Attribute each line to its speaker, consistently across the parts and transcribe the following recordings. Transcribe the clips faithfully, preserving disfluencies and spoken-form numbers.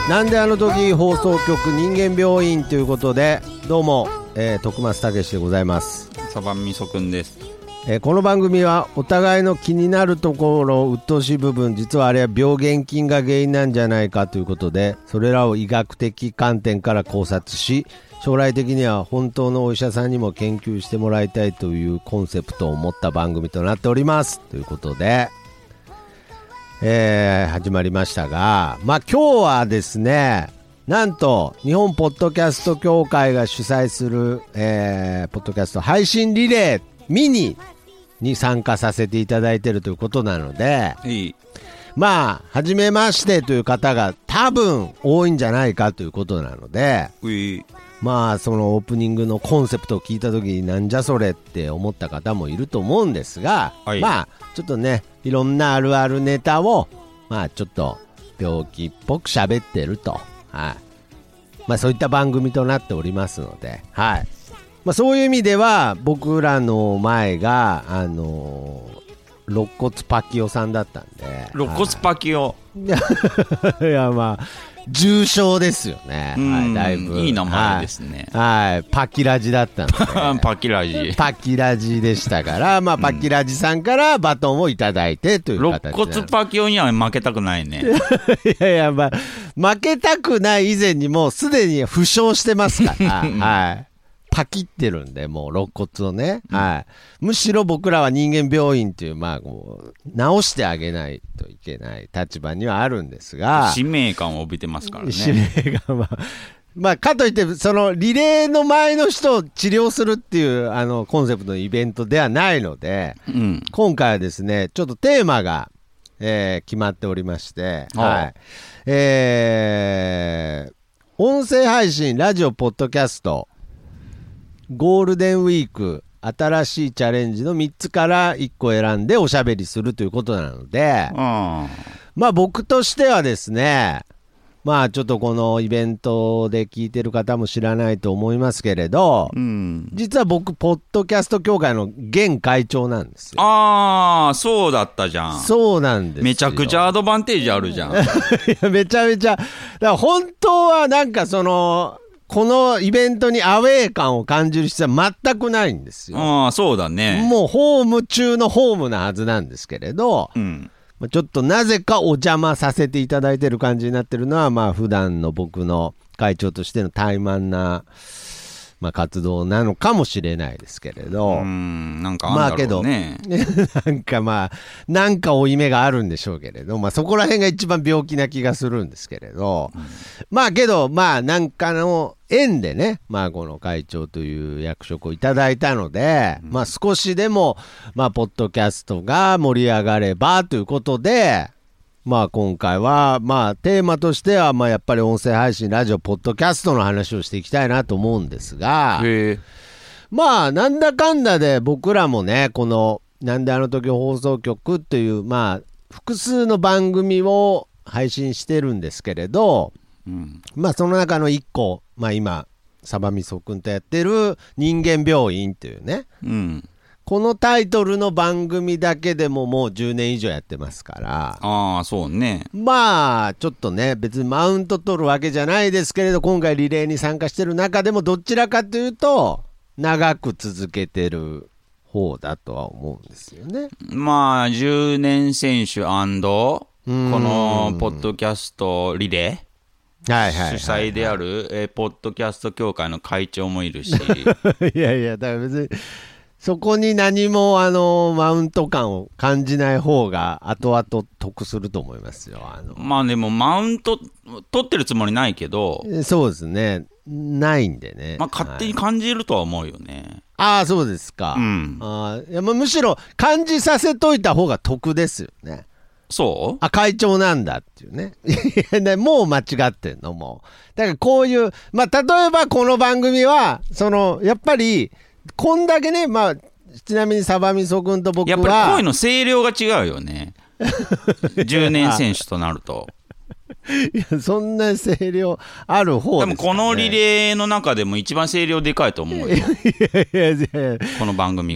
Speaker 1: なんであの時放送局人間病院ということで、どうも、えー、徳松武史でございます。
Speaker 2: サバミソくんです。
Speaker 1: えー、この番組はお互いの気になるところ、鬱陶しい部分、実はあれは病原菌が原因なんじゃないかということで、それらを医学的観点から考察し、将来的には本当のお医者さんにも研究してもらいたいというコンセプトを持った番組となっておりますということで、えー、始まりましたが、まあ今日はですね、なんと日本ポッドキャスト協会が主催する、えー、ポッドキャスト配信リレーミニに参加させていただいているということなので、
Speaker 2: いい、
Speaker 1: まあ初めましてという方が多分多いんじゃないかということなので、
Speaker 2: いい、
Speaker 1: まあそのオープニングのコンセプトを聞いた時になんじゃそれって思った方もいると思うんですが、
Speaker 2: はい、
Speaker 1: まあちょっとね、いろんなあるあるネタをまあちょっと病気っぽく喋ってると、はい、まあそういった番組となっておりますので、はい、まあそういう意味では僕らの前があのー、肋骨パキオさんだったんで、
Speaker 2: 肋骨パキオ、
Speaker 1: はい、いやまあ重症ですよね、はい、だいぶ
Speaker 2: いい名前ですね、
Speaker 1: はいはい、パキラジだったので
Speaker 2: パキラジ
Speaker 1: パキラジでしたから、まあ、パキラジさんからバトンをいただいてという形で、
Speaker 2: 肋骨パキオには負けたくないね
Speaker 1: いやいや、まあ、負けたくない以前にもうすでに負傷してますから、はい、パキってるんで、もう肋骨をね、うん、はい、むしろ僕らは人間病院という、まあ、もう治してあげないといけない立場にはあるんですが、
Speaker 2: 使命感を帯びてますからね。
Speaker 1: 使命感はまあ、かといってそのリレーの前の人を治療するっていうあのコンセプトのイベントではないので、うん、今回はですねちょっとテーマが、えー、決まっておりまして、はい、えー、音声配信ラジオポッドキャストゴールデンウィーク新しいチャレンジのみっつからいっこ選んでおしゃべりするということなので、うん、まあ僕としてはですね、まあちょっとこのイベントで聞いてる方も知らないと思いますけれど、うん、実は僕ポッドキャスト協会の現会長なんですよ。
Speaker 2: ああ、そうだったじゃん。
Speaker 1: そうなんですよ。
Speaker 2: めちゃくちゃアドバンテージあるじゃん。い
Speaker 1: やめちゃめちゃだから本当はなんかそのこのイベントにアウェー感を感じる必要は全くないんですよ。
Speaker 2: ああ、そうだね。
Speaker 1: もうホーム中のホームなはずなんですけれど、うん、ちょっとなぜかお邪魔させていただいてる感じになってるのは、まあ普段の僕の会長としての怠慢な、まあ、活動なのかもしれないですけれど、うーん、なんかあんだろうね。まあけどなんかまあなんか負い目があるんでしょうけれど、まあそこら辺が一番病気な気がするんですけれど、うん、まあけどまあなんかの縁でね、まあこの会長という役職をいただいたので、うん、まあ少しでもまあポッドキャストが盛り上がればということで、まあ今回はまあテーマとしてはまあやっぱり音声配信ラジオポッドキャストの話をしていきたいなと思うんですが、まあなんだかんだで僕らもね、このなんであの時放送局っていうまあ複数の番組を配信してるんですけれど、うん、まあその中のいっこ、まあ今サバミソくんとやってる人間病院っていうね、うん、このタイトルの番組だけでももうじゅうねん以上やってますから、
Speaker 2: ああそうね、
Speaker 1: まあちょっとね別にマウント取るわけじゃないですけれど、今回リレーに参加してる中でもどちらかというと長く続けてる方だとは思うんですよね。
Speaker 2: まあじゅうねん選手&このポッドキャストリレーはいはいはいはい、主催である、えー、ポッドキャスト協会の会長もいるし
Speaker 1: いやいやだから別にそこに何もあのマウント感を感じない方が後々得すると思いますよ。あの
Speaker 2: まあでもマウント取ってるつもりないけど、
Speaker 1: そうですね、ないんでね、
Speaker 2: まあ、勝手に感じるとは思うよね、はい、
Speaker 1: ああそうですか、うん、あいやむしろ感じさせといた方が得ですよね。
Speaker 2: そう
Speaker 1: あ会長なんだっていうねもう間違ってんのもうだからこういうまあ例えばこの番組はそのやっぱりこんだけね、まあちなみにサバミソ君と僕は
Speaker 2: やっぱり声の声量が違うよねじゅうねん選手となると
Speaker 1: いやそんな声量ある方ですかね。
Speaker 2: でもこのリレーの中でも一番声量でかいと思うよいやいやいやこの番組が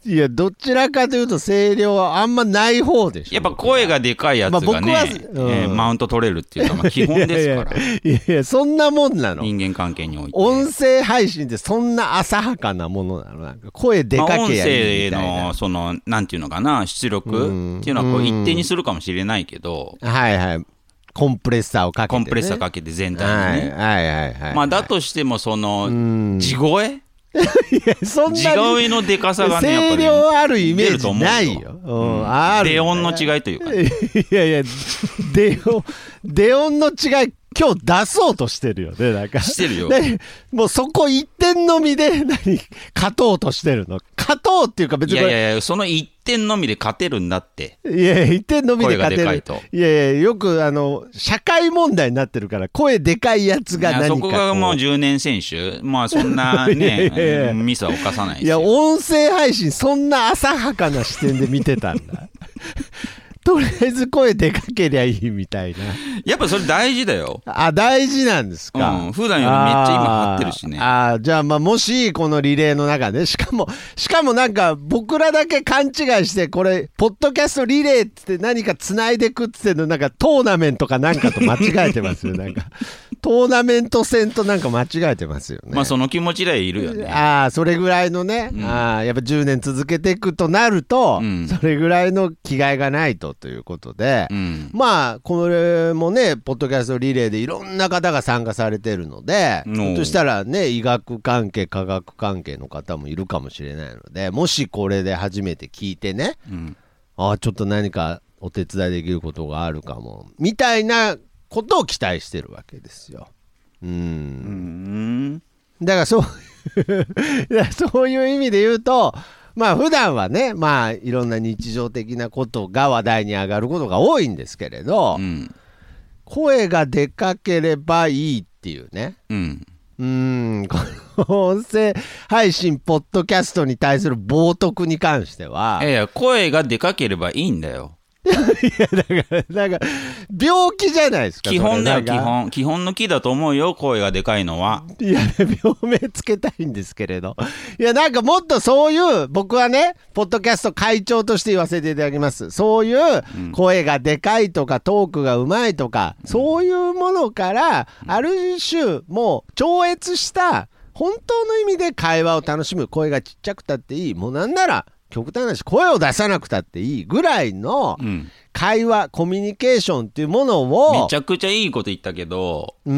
Speaker 1: いや、どちらかというと声量はあんまない方でしょ。
Speaker 2: やっぱ声がでかいやつがね、まあ僕はうんえー、マウント取れるっていうのは基本ですから。
Speaker 1: いやいやいや、そんなもんなの。
Speaker 2: 人間関係において。
Speaker 1: 音声配信ってそんな浅はかなものなの？なんか声でかけやいいみたいな。
Speaker 2: まあ、音声の、その、なんていうのかな、出力っていうのはこう一定にするかもしれないけど。
Speaker 1: はいはい。コンプレッサーをかけて、ね。
Speaker 2: コンプレッサーかけて全体にね。
Speaker 1: はいはいはい、はい。
Speaker 2: まあだとしても、その、地声
Speaker 1: いやそんな
Speaker 2: 地声のでかさがね、やっぱり、ね、
Speaker 1: 声量あるイメージないよ。うん、ある。
Speaker 2: 低音の違いというか、ね。
Speaker 1: いやいや、低音、低音の違い、今日出そうとしてるよね、なんか。
Speaker 2: してるよ。
Speaker 1: もうそこ一点のみで、何、勝とうとしてるの。勝とうっていうか別に。
Speaker 2: いやいやいや、その一点のみで勝てるんだって。
Speaker 1: いやいや、一点のみで勝てる。
Speaker 2: 声がでかいと。
Speaker 1: いやいや、よく、あの、社会問題になってるから、声でかいやつが何か。
Speaker 2: そこがもうじゅうねん選手。まあそんなね、いやいやいやミスは犯さないですよ。
Speaker 1: いや、音声配信、そんな浅はかな視点で見てたんだ。とりあえず声でかけりゃいいみたいな。
Speaker 2: やっぱそれ大事だよ。
Speaker 1: あ、大事なんですか。
Speaker 2: うん、普段よりめっちゃ今張ってるしね。
Speaker 1: ああ、じゃあまあもしこのリレーの中で、しかも、しかもなんか僕らだけ勘違いして、これ、ポッドキャストリレーって何か繋いでくって言ってんの、なんかトーナメントかなんかと間違えてますよ。なんか、トーナメント戦となんか間違えてますよね。
Speaker 2: まあその気持ちでいるよね。
Speaker 1: ああ、それぐらいのね、うん、ああ、やっぱじゅうねん続けていくとなると、うん、それぐらいの気概がないとということで、うん、まあこれもねポッドキャストリレーでいろんな方が参加されてるので、ひょっとしたらね医学関係科学関係の方もいるかもしれないので、もしこれで初めて聞いてね、うん、ああちょっと何かお手伝いできることがあるかもみたいなことを期待してるわけですよ。うん、うんだからそうそういう意味で言うと、まあ普段はね、まあいろんな日常的なことが話題に上がることが多いんですけれど、うん、声がでかければいいっていうね、うん、うーんこの音声配信ポッドキャストに対する冒涜に関しては、
Speaker 2: いやいや声がでかければいいんだよ。
Speaker 1: いやだからなんか病気じゃないですか。
Speaker 2: 基本だよ、基本基本の木だと思うよ、声がでかいのは。
Speaker 1: いや病名つけたいんですけれど、いやなんかもっとそういう、僕はねポッドキャスト会長として言わせていただきます。そういう声がでかいとかトークがうまいとか、うん、そういうものからある種もう超越した本当の意味で会話を楽しむ、声がちっちゃくたっていい、もうなんなら極端な話声を出さなくたっていいぐらいの会話、うん、コミュニケーションっていうものを、
Speaker 2: めちゃくちゃいいこと言ったけど、うん、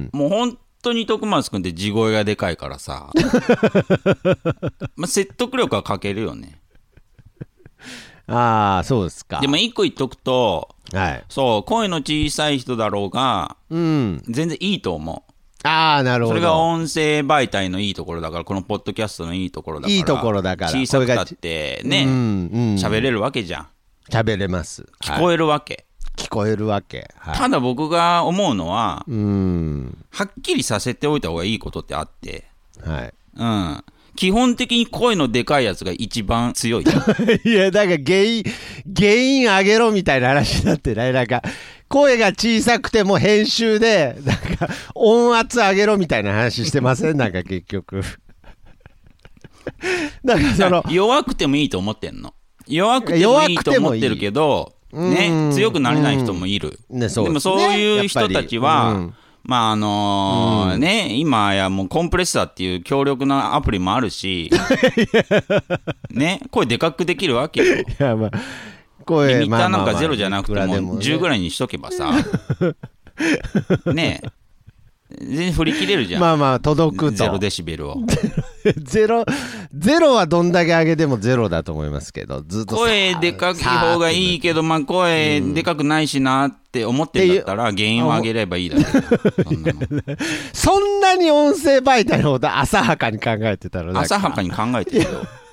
Speaker 2: もう本当に徳松くんって地声がでかいからさまあ説得力は欠けるよね。
Speaker 1: ああそうですか。
Speaker 2: でも一個言っとくと、はい、そう声の小さい人だろうが、うん、全然いいと思う。
Speaker 1: ああなるほど。
Speaker 2: それが音声媒体のいいところだから、このポッドキャストのいいところだから、
Speaker 1: いいところだから
Speaker 2: 小さくたってね、喋、うんうん、れるわけじゃん。
Speaker 1: 喋れます。
Speaker 2: 聞こえるわけ、
Speaker 1: はい、聞こえるわけ、はい、
Speaker 2: ただ僕が思うのは、うん、はっきりさせておいた方がいいことってあって、はいうん、基本的に声のでかいやつが一番強い
Speaker 1: いやだから原因原因上げろみたいな話になってない。なんか声が小さくても編集でなんか音圧上げろみたいな話してません？なんか結局
Speaker 2: なんかその弱くてもいいと思ってんの。弱くてもいいと思ってるけどね、強くなれない人もいる、ね、そうですね。でもそういう人たちは、うん、まああのーうん、ね今やもうコンプレッサーっていう強力なアプリもあるしね声でかくできるわけよ。いやまあリミッターなんかゼロじゃなくてもじゅうぐらいにしとけばさねえ全然振り切れるじゃん。
Speaker 1: まあまあ届くと
Speaker 2: ゼロデシベルを
Speaker 1: ゼロゼロはどんだけ上げてもゼロだと思いますけど、ずっと
Speaker 2: 声でかい方がいいけど、まあ声でかくないしなって思ってんだったら原因を上げればいいだろう。そんなの
Speaker 1: そんなに音声媒体のこと浅はかに考えてたの？
Speaker 2: 浅はかに考えてるよ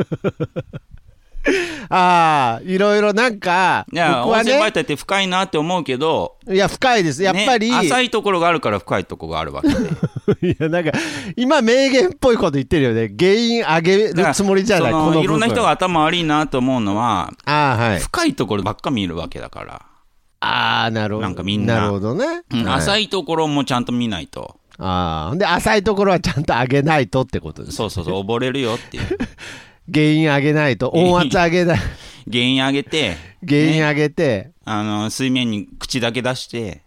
Speaker 1: ああいろいろなんか
Speaker 2: いや僕は、ね、音声媒体って深いなって思うけど、
Speaker 1: いや深いですやっぱり、
Speaker 2: ね、浅いところがあるから深いところがあるわけで
Speaker 1: いやなんか今名言っぽいこと言ってるよね。原因上げるつもりじゃない。この
Speaker 2: いろんな人が頭悪いなと思うのは、
Speaker 1: あ、はい、
Speaker 2: 深いところばっか見るわけだから。
Speaker 1: ああなるほど。
Speaker 2: なんかみんな
Speaker 1: なるほどね、
Speaker 2: うんはい、浅いところもちゃんと見ないと。
Speaker 1: ああで浅いところはちゃんと上げないとってことです、ね、
Speaker 2: そうそうそう溺れるよっていう
Speaker 1: 原因上げないと、音圧上げない。
Speaker 2: 原因上げて、
Speaker 1: 原因上げて、ね、
Speaker 2: あの水面に口だけ出して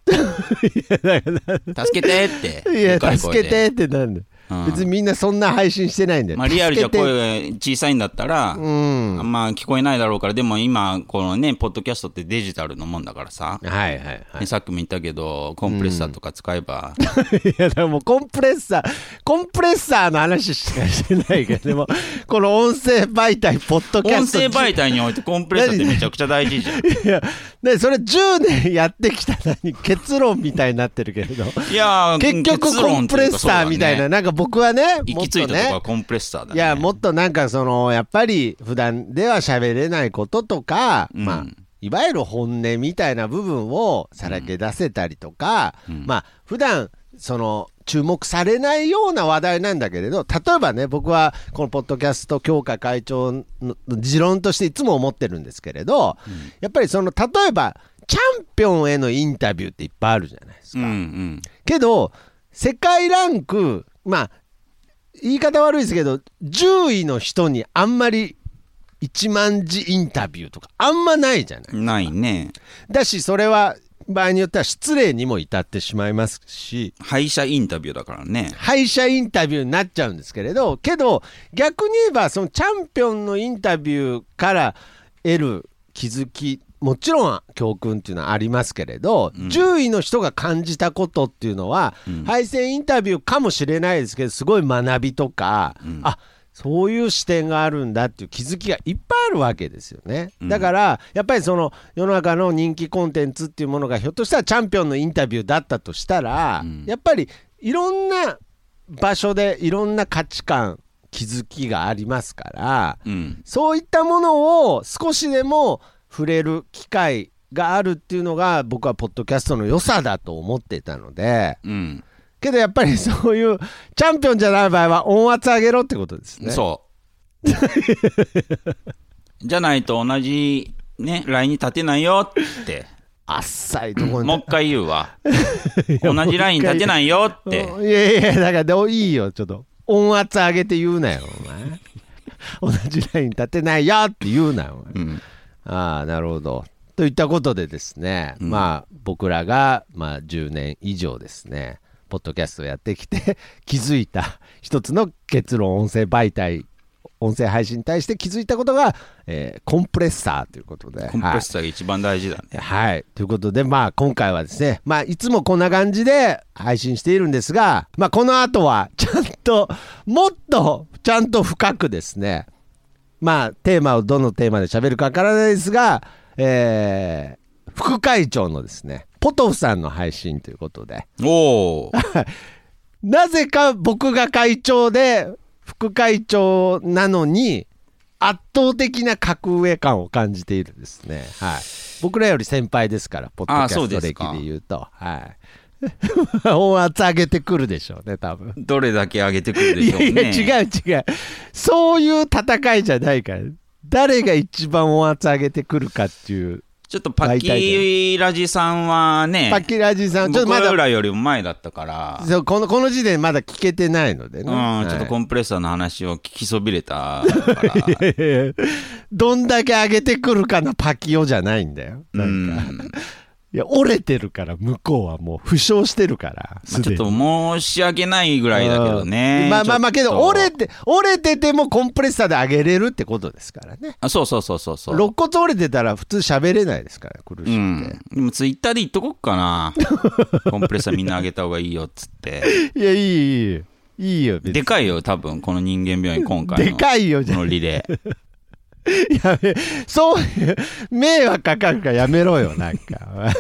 Speaker 2: 助けてって。
Speaker 1: いや助けてってなんだ、うん、別にみんなそんな配信してないんだよ、
Speaker 2: まあ、リアルじゃ声が小さいんだったら、うん、あんま聞こえないだろうから。でも今このねポッドキャストってデジタルのもんだからさ、
Speaker 1: はいはいはい、
Speaker 2: さっきも言ったけどコンプレッサーとか使えば、
Speaker 1: うん、いやでもコンプレッサーコンプレッサーの話しかしてないけどでもこの音声媒体ポッドキャスト
Speaker 2: 音声媒体においてコンプレッサーってめちゃくちゃ大事じゃん。い
Speaker 1: やでそれじゅうねんやってきたのに結論みたいになってるけれど、
Speaker 2: いや
Speaker 1: 結局コンプレッサーみたいな、なんか僕はね
Speaker 2: 行き着いたとこはコンプレッサーだね。
Speaker 1: いやもっとなんかそのやっぱり普段では喋れないこととか、うん、まあいわゆる本音みたいな部分をさらけ出せたりとか、うん、まあ普段その注目されないような話題なんだけれど、例えばね僕はこのポッドキャスト協会会長の持論としていつも思ってるんですけれど、うん、やっぱりその例えばチャンピオンへのインタビューっていっぱいあるじゃないですか、うんうん、けど世界ランクまあ言い方悪いですけどじゅういの人にあんまりいちまんじインタビューとかあんまないじゃないですか。
Speaker 2: ないね。
Speaker 1: だしそれは場合によっては失礼にも至ってしまいますし、
Speaker 2: 敗者インタビューだからね。
Speaker 1: 敗者インタビューになっちゃうんですけれど、けど逆に言えばそのチャンピオンのインタビューから得る気づきもちろん教訓っていうのはありますけれど、うん、じゅういの人が感じたことっていうのは、うん、敗戦インタビューかもしれないですけどすごい学びとか、うん、あそういう視点があるんだっていう気づきがいっぱいあるわけですよね。だからやっぱりその世の中の人気コンテンツっていうものがひょっとしたらチャンピオンのインタビューだったとしたら、うん、やっぱりいろんな場所でいろんな価値観気づきがありますから、うん、そういったものを少しでも触れる機会があるっていうのが僕はポッドキャストの良さだと思っていたので、うん、けどやっぱりそういうチャンピオンじゃない場合は音圧上げろってことですね。
Speaker 2: そうじゃないと同じねラインに立てないよって
Speaker 1: あっさいところ
Speaker 2: もう一回言うわ同じライン立てないよって
Speaker 1: いやいやだからでもいいよちょっと音圧上げて言うなよお前同じライン立てないよって言うなよお前、うん、ああなるほどといったことでですね、うん、まあ僕らがまあじゅうねん以上ですねポッドキャストをやってきて気づいた一つの結論音声媒体音声配信に対して気づいたことが、えー、コンプレッサーということで
Speaker 2: コンプレッサーが一番大事だね。
Speaker 1: はい、はい、ということでまあ今回はですねまあいつもこんな感じで配信しているんですがまあこの後はちゃんともっとちゃんと深くですねまあテーマをどのテーマで喋るかわからないですが、えー、副会長のですねポトフさんの配信ということで
Speaker 2: お
Speaker 1: なぜか僕が会長で副会長なのに圧倒的な格上感を感じているですね、はい、僕らより先輩ですからポッドキャスト歴で言うとはい音圧上げてくるでしょうね多分
Speaker 2: どれだけ上げてくるでしょうね。い
Speaker 1: や違う違うそういう戦いじゃないから誰が一番音圧上げてくるかっていう
Speaker 2: ちょっとパッキーラジさんはね
Speaker 1: パッキーラジさん
Speaker 2: ちょっとまだ僕らよりも前だったから
Speaker 1: そうこのこの時点まだ聞けてないのでね、
Speaker 2: うんはい、ちょっとコンプレッサーの話を聞きそびれたからいやいや
Speaker 1: どんだけ上げてくるかのパキオじゃないんだよなんかうんいや折れてるから向こうはもう負傷してるから、
Speaker 2: まあ、ちょっと申し訳ないぐらいだけどね、
Speaker 1: うん、まあまあまあけど折れて折れててもコンプレッサーで上げれるってことですからね。
Speaker 2: あそうそうそうそうそう
Speaker 1: 肋骨折れてたら普通喋れないですから苦しくて、うん、
Speaker 2: でもツイッターで言っとこっかなコンプレッサーみんな上げた方がいいよっつって
Speaker 1: いやいいいいいいよ別に
Speaker 2: でかいよ多分この人間病院今回の
Speaker 1: でかいよ
Speaker 2: このリレー
Speaker 1: やめそういう迷惑かかるからやめろよなんか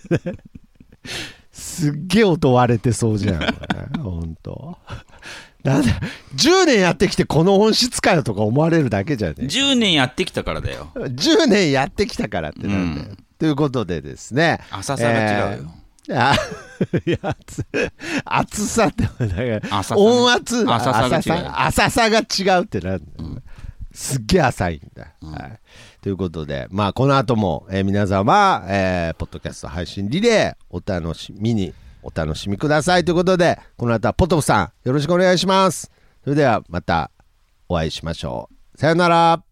Speaker 1: すっげえ音割れてそうじゃんほんとなんだじゅうねんやってきてこの音質かよとか思われるだけじゃねえ
Speaker 2: じゅうねんやってきたからだよ
Speaker 1: じゅうねんやってきたからってなんだよ、うん、ということでですね
Speaker 2: 浅さが違うよ、
Speaker 1: えー、あいや厚さって音圧
Speaker 2: 浅さが違う
Speaker 1: 浅さが違うってなんだよ、うんすっげえ浅いんだ、うんはい、ということでまあこの後も、えー、皆様、えー、ポッドキャスト配信リレーお楽しみにお楽しみくださいということでこの後はポトフさんよろしくお願いします。それではまたお会いしましょう。 さよなら。